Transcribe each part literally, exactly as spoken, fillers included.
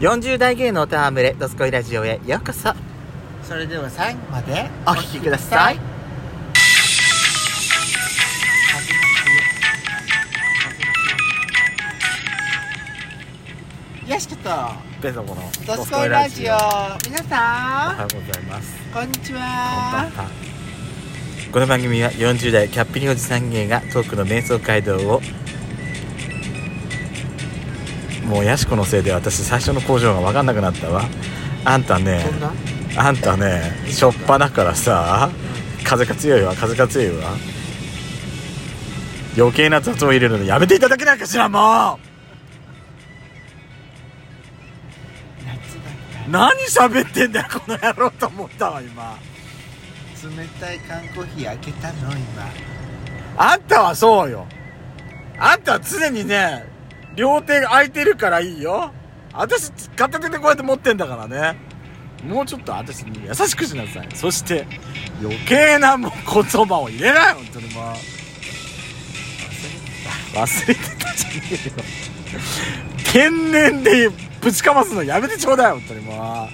よんじゅう代芸能タームレドスコイラジオへようこそ。 それでは最後までお聞きください。 よしことペソコのドスコイラジオ、皆さんおはようございます。 こんにちこんばんは。 は。この番組はよんじゅう代キャッピリおじさん芸がトークの瞑想街道を、もうヤシコのせいで私最初の工場が分かんなくなったわ。あんたねそんなあんたねしょっぱなからさ、風が強いわ風が強いわ。余計な雑を入れるのやめていただけないかしら。もう何喋ってんだよこの野郎と思ったわ今。 冷たい缶コーヒー開けたの今。 あんたはそうよ。あんたは常にね両手空いてるからいいよ。私片手でこうやって持ってんだからね。もうちょっと私に優しくしなさい。そして余計なもう言葉を入れない。本当にもう忘れてたじゃねえよ。天然でぶちかますのやめてちょうだい本当にもう。は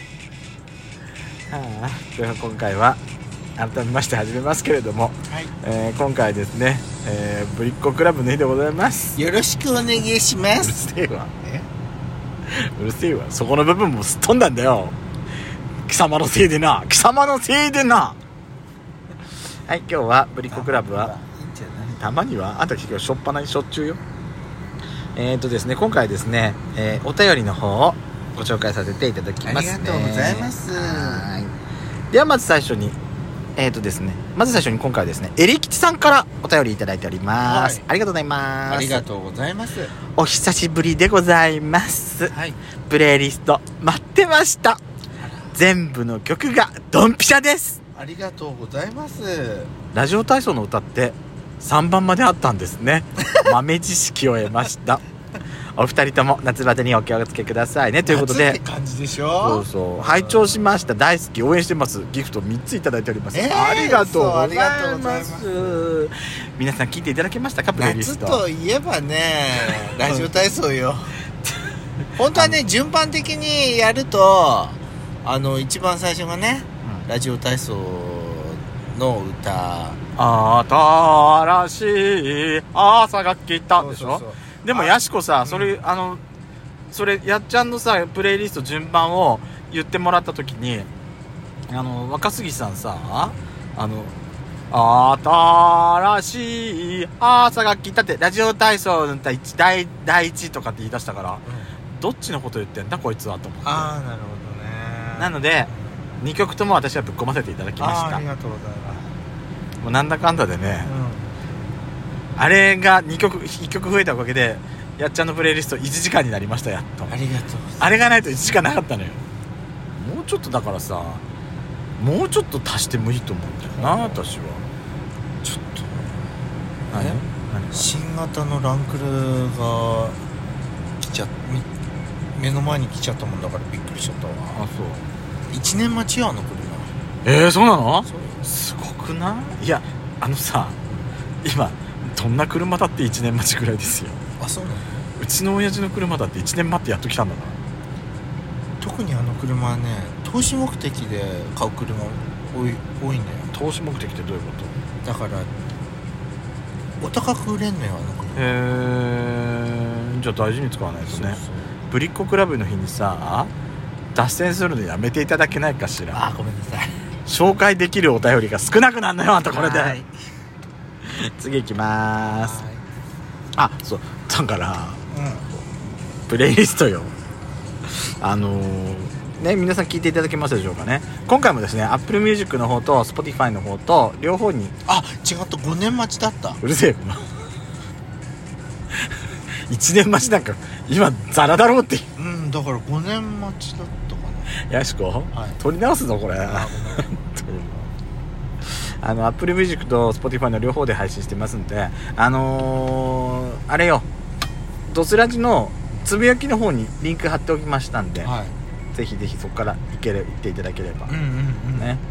あ、では今回は改めまして始めますけれども、 はい、 えー、今回ですね、えー、ぶりっ子クラブの日でございます。 よろしくお願いしまうるす。 せえわうるせえわ。そこの部分もすっ飛んだんだよ貴様のせいでな貴様のせいでな。はい、今日はぶりっ子クラブはいいんじゃない。 たまにはあんた結局しょっぱなにしょっちゅうよ。えーとですね今回ですね、えー、お便りの方をご紹介させていただきますね。 ありがとうございます。 はいではまず最初にえーとですねまず最初に今回はですねエリキチさんからお便りいただいております、はい、ありがとうございます。 ありがとうございます。 お久しぶりでございます、 はい、 プレイリスト待ってました。全部の曲がドンピシャです。 ありがとうございます。 ラジオ体操の歌ってさんばんまであったんですね豆知識を得ましたお二人とも夏バテにお気をつけくださいねということで。 夏って感じでしょ。 そうそう拝聴しました。大好き応援してます。ギフトみっついただいております、 えー、 ありがとうございありがとうござまいますす。皆さん聞いていただけましたか。プレイリス夏トといえばねラジオ体操よ本当はね順番的にやるとあの一番最初がね、うん、ラジオ体操の歌新しい朝が来たでしょ。そうそうそうでもやしこさ、それ、うん、あのそれやっちゃんのさプレイリスト順番を言ってもらった時にあの若杉さんさあの新しい朝が来たってラジオ体操の第第第一とかって言い出したから、うん、どっちのこと言ってんだこいつはと思って。 ああなるほどね。 なのでにきょくとも私はぶっ込ませていただきました。 あ, ありがとうございます。 もうなんだかんだでね、 うん、 あれがにきょくいっきょく増えたおかげでやっちゃんのプレイリストいちじかんになりました。やっとありがとう。 あれがないといちじかんなかったのよ。もうちょっとだからさもうちょっと足してもいいと思うんだよな私は。 ちょっと何何新型のランクルが来ちゃ目の前に来ちゃったもんだからびっくりしちゃったわ。 あそういちねん待ちよあの車。 えー、そうなの。 そうすごくない。いやあのさ今どんな車だっていちねん待ちぐらいですよ。 あそうなの。 うちの親父の車だっていちねん待ってやっと来たんだから。 特にあの車はね投資目的で買う車多い多いんだよ。 投資目的ってどういうこと。 だからお高く売れんのよあの車。 へーじゃあ大事に使わないとね。そうそうぶりっ子クラブの日にさ脱線するのやめていただけないかしら。 あごめんなさい。 紹介できるお便りが少なくなるのよあんたこれで。 はい次行きまーす。あそうだから、 うん、 プレイリストよ。あのー、ね皆さん聞いていただけますでしょうかね。今回もですね Apple Music の方と Spotify の方と両方に。 あ違ったごねん待ちだった。 うるせえいちねん待ちなんか今ザラだろうって。 うんだからごねん待ちだったかな。 やしこ、 はい、 取り直すぞこれ。ああの Apple Music と Spotify の両方で配信してますんであのー、あれよドスラジのつぶやきの方にリンク貼っておきましたんで、はい、ぜひぜひそこから行けれ行っていただければ、 うんうんうん、 ね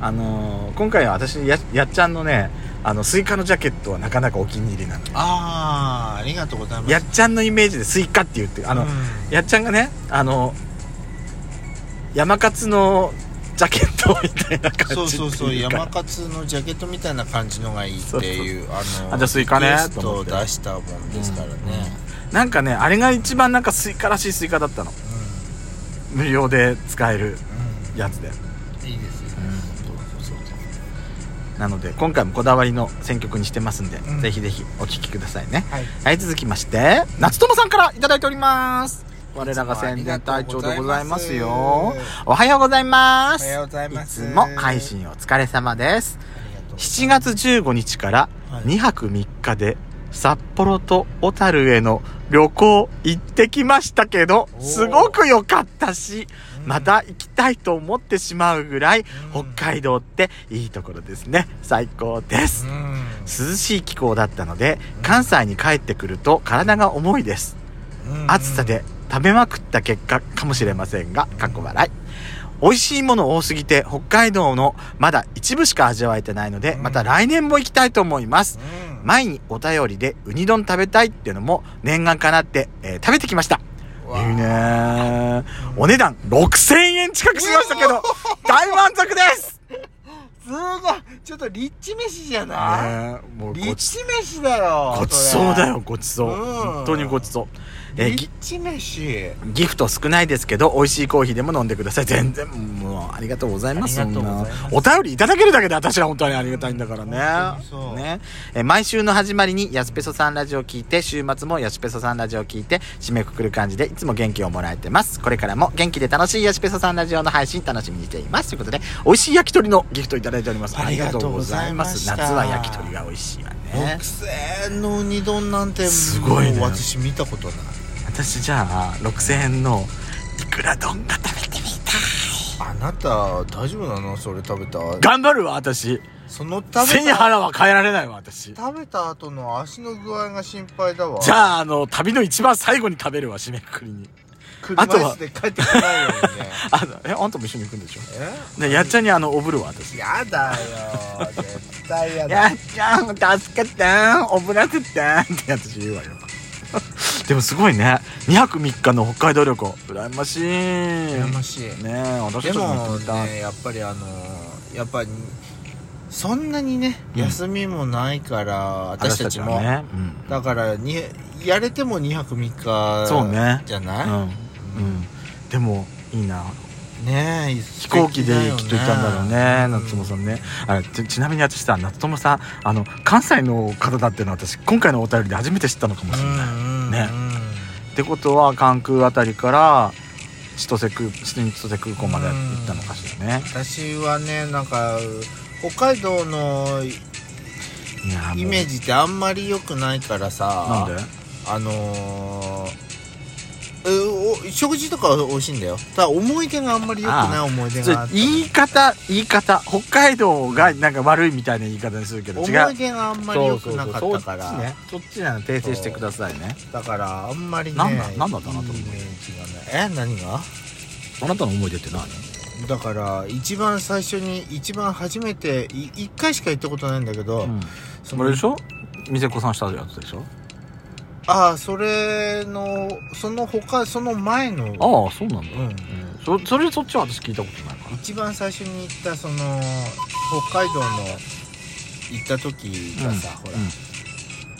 あのー、今回は私ややっちゃんのねあのスイカのジャケットはなかなかお気に入りなの。 ああ、ありがとうございます。 やっちゃんのイメージでスイカって言ってあの、うん、やっちゃんがねあの山勝のジャケットみたいな感じ。 そうそうそう、山勝のジャケットみたいな感じのがいいっていう、そうそうそう、あのあ、じゃあスイカねゲストを出したもんですからね、 うんうん、なんかねあれが一番なんかスイカらしいスイカだったの、うん、無料で使えるやつで、 うん、いいですよね、うん、そうそうそう。 なので今回もこだわりの選曲にしてますんで、うん、ぜひぜひお聴きくださいね。はい、はい、続きまして夏友さんからいただいております。我らが宣伝隊長でございますよ。おはようございます。 おはようございます。 いつも配信お疲れ様です。しちがつじゅうごにちからにはくみっかで札幌と小樽への旅行行ってきましたけど、すごく良かったし、また行きたいと思ってしまうぐらい、北海道っていいところですね。最高です。涼しい気候だったので、関西に帰ってくると体が重いです。暑さで食べまくった結果かもしれませんが、かっこ笑い。美味しいもの多すぎて北海道のまだ一部しか味わえてないので、また来年も行きたいと思います。前にお便りでウニ丼食べたいっていうのも念願かなって、えー、食べてきました。いいね。お値段ろくせんえん近くしましたけど大満足です。 すごい、ちょっとリッチ飯じゃない、ね、 もうリッチ飯だよ。 ごちそうだよ、ごちそう、うん、本当にごちそう。 えリッチ飯ギフト少ないですけど美味しいコーヒーでも飲んでください。全然もうありがとうございます。 ありがとうございます。 お便りいただけるだけで私は本当にありがたいんだからね。そうね。え毎週の始まりにやすぺそさんラジオを聞いて、週末もやすぺそさんラジオを聞いて締めくくる感じでいつも元気をもらえてます。これからも元気で楽しいやすぺそさんラジオの配信楽しみにしていますということで、美味しい焼き鳥のギフトいただいております。ありがとうございます。夏は焼き鳥が美味しいわね。 ろくせんえんのウニ丼なんてすごいね。 私見たことない。 私じゃあろくせんえんのいくら丼が食べてみたい。 あなた大丈夫なの？それ食べた。 頑張るわ私。 その食べた背に腹は変えられないわ私。 食べた後の足の具合が心配だわ。 じゃああの旅の一番最後に食べるわ、締めくくりに。 車椅子で帰ってこないようにねあのえあんたも一緒に行くんでしょ。えね、やっちゃんにあのおぶるわ私。 やだよ絶対やだ。 やっちゃん助けておぶらせてって私言うわよでもすごいね、にはくみっかの北海道旅行羨ましい。 羨ましいねえ。私でもねやっぱりあのやっぱりそんなにね、うん、休みもないから私たちも、ね、うん、だからにやれてもにはくみっかそうねじゃない、 うんうん、でもいいなねえ、 飛行機できっと行ったんだろうね、夏友さんね。あれ ち, ちなみに私さ、夏友さんあの関西の方だっていうのは私今回のお便りで初めて知ったのかもしれない、うんうん、ね。ってことは関空あたりから千歳空千歳空港まで行ったのかしらね。 私はねなんか北海道のイメージってあんまり良くないからさ。 なんで？ あのーえ食事とかは美味しいんだよ。ただ思い出があんまり良くない思い出があった。 言い方言い方北海道がなんか悪いみたいな言い方にするけど、違う。 思い出があんまり良くなかったから。 そうそうそう、そっちね。そっちなの訂正してくださいね。 だからあんまりね。 なんだなんだったなと思う。 イメージがね。え何が？ あなたの思い出って何？ だから一番最初に一番初めていっかいしか行ったことないんだけど、うん、 それでしょ？店子さんしたやつでしょ？ ああ、それのその他その前のああそうなんだ、うんうん、そ, それそっちは私聞いたことないから。 一番最初に行ったその北海道の行った時がさ、うん、ほら、うん、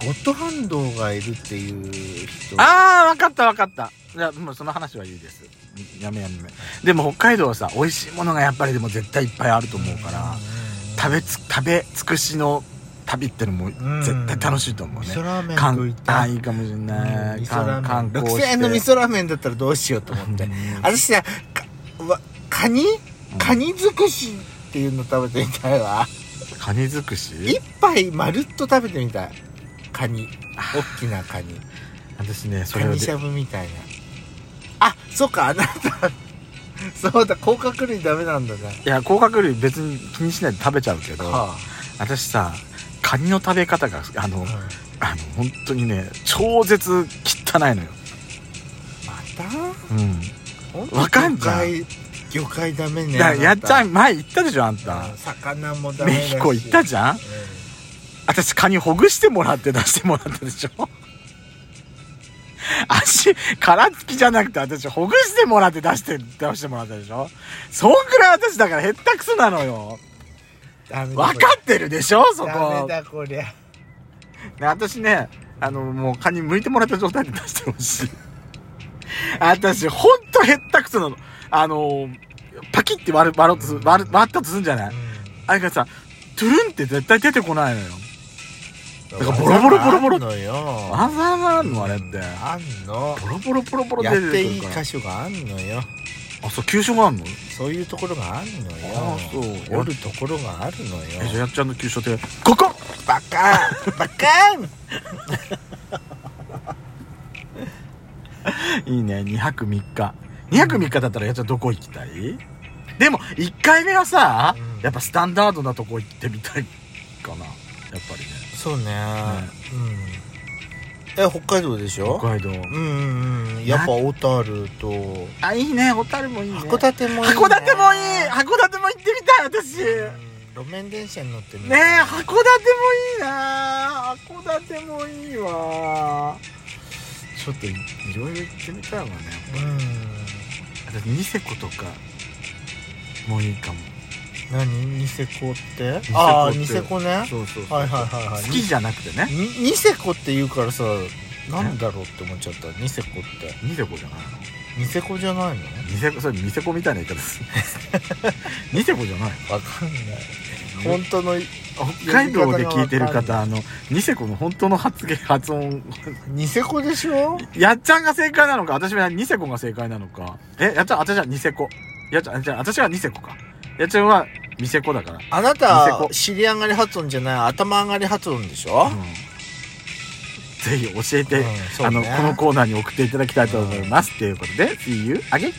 ゴッドハンドがいるっていう人。 ああ分かった分かった。いやもうその話はいいです。やめやめでも北海道はさ美味しいものがやっぱりでも絶対いっぱいあると思うから、うん、食べつ食べ尽くしの旅ってのも絶対楽しいと思うね。 味噌ラーメン食いたい。 いいかもしれない。 味噌ラーメンろくせんえんの味噌ラーメンだったらどうしようと思って、うん、私さカニカニ尽くしっていうの食べてみたいわ。 カニ尽くし一杯まるっと食べてみたい。カニ大きなカニ。 私ねそれをカニしゃぶみたいな。あそうかあなたそうだ甲殻類ダメなんだね。 いや甲殻類別に気にしないで食べちゃうけど、はあ、私さカニの食べ方があの、うん、あの本当にね超絶汚いのよ。 また？ うん。わかんじゃん。 魚介ダメね。 だからやっちゃん前言ったでしょあんた。 魚もダメだし。 メヒコ行ったじゃん、うん、私カニほぐしてもらって出してもらったでしょ足殻付きじゃなくて私ほぐしてもらって出して出してもらったでしょ。そんくらい私だからへったくそなのよ。分かってるでしょそこ。 ダメだこりゃ。 私ねあのもうカニ剥いてもらった状態で出してほしい私ほんとへったくそなの。あのパキッて割る割ろうとする割る割ったとするんじゃない、うん、あれがさトゥルンって絶対出てこないのよ。だからボロボロボロボロのよ。 わざがあんのあれって。 あんの。 ボロボロボロボロ出てくるから。 やっていい箇所があんのよ。 あ、そう、急所があんの？ そういうところがあんのよ。あ、そう。おるところがあるのよ。 え、じゃあやっちゃんの急所ってここ。 バカバカンいいね。にはくみっか。にはくみっかだったらやっちゃんどこ行きたい？でもいっかいめはさ、うん、やっぱスタンダードなとこ行ってみたいかな。やっぱりね。 そうね。ね、うん。え、北海道でしょ？ 北海道。 うんうんうん。やっぱ小樽と。 あ、いいね。小樽もいいね。 函館もいい、ね。 函館もいい。函館も行ってみたい私。 うん、路面電車に乗ってみたい。ねえ、函館もいいな。函館もいいわ。ちょっといろいろ行ってみたいわね。うん。私ニセコとかもういいかも。 何ニセコって？ああ、ニセコね。 そうそうそう。 はいはいはいはい。 好きじゃなくてね。 ニセコって言うからさ、なんだろうって思っちゃった。ニセコって。 ニセコじゃないの？ ニセコじゃないの？ ニセコ、それニセコみたいな言い方です。ニセコじゃない？ わかんない。本当の北海道で聞いてる方、あのニセコの本当の発言発音。 ニセコでしょ？ やっちゃんが正解なのか、私はニセコが正解なのか。え、やっちゃん、私はニセコ。やっちゃん、じゃあ私はニセコか。やっちゃんはニセコだから。 あなた尻上がり発音じゃない頭上がり発音でしょ、うん、 ぜひ教えて、うんね、あのこのコーナーに送っていただきたいと思います、うん、ということで See you again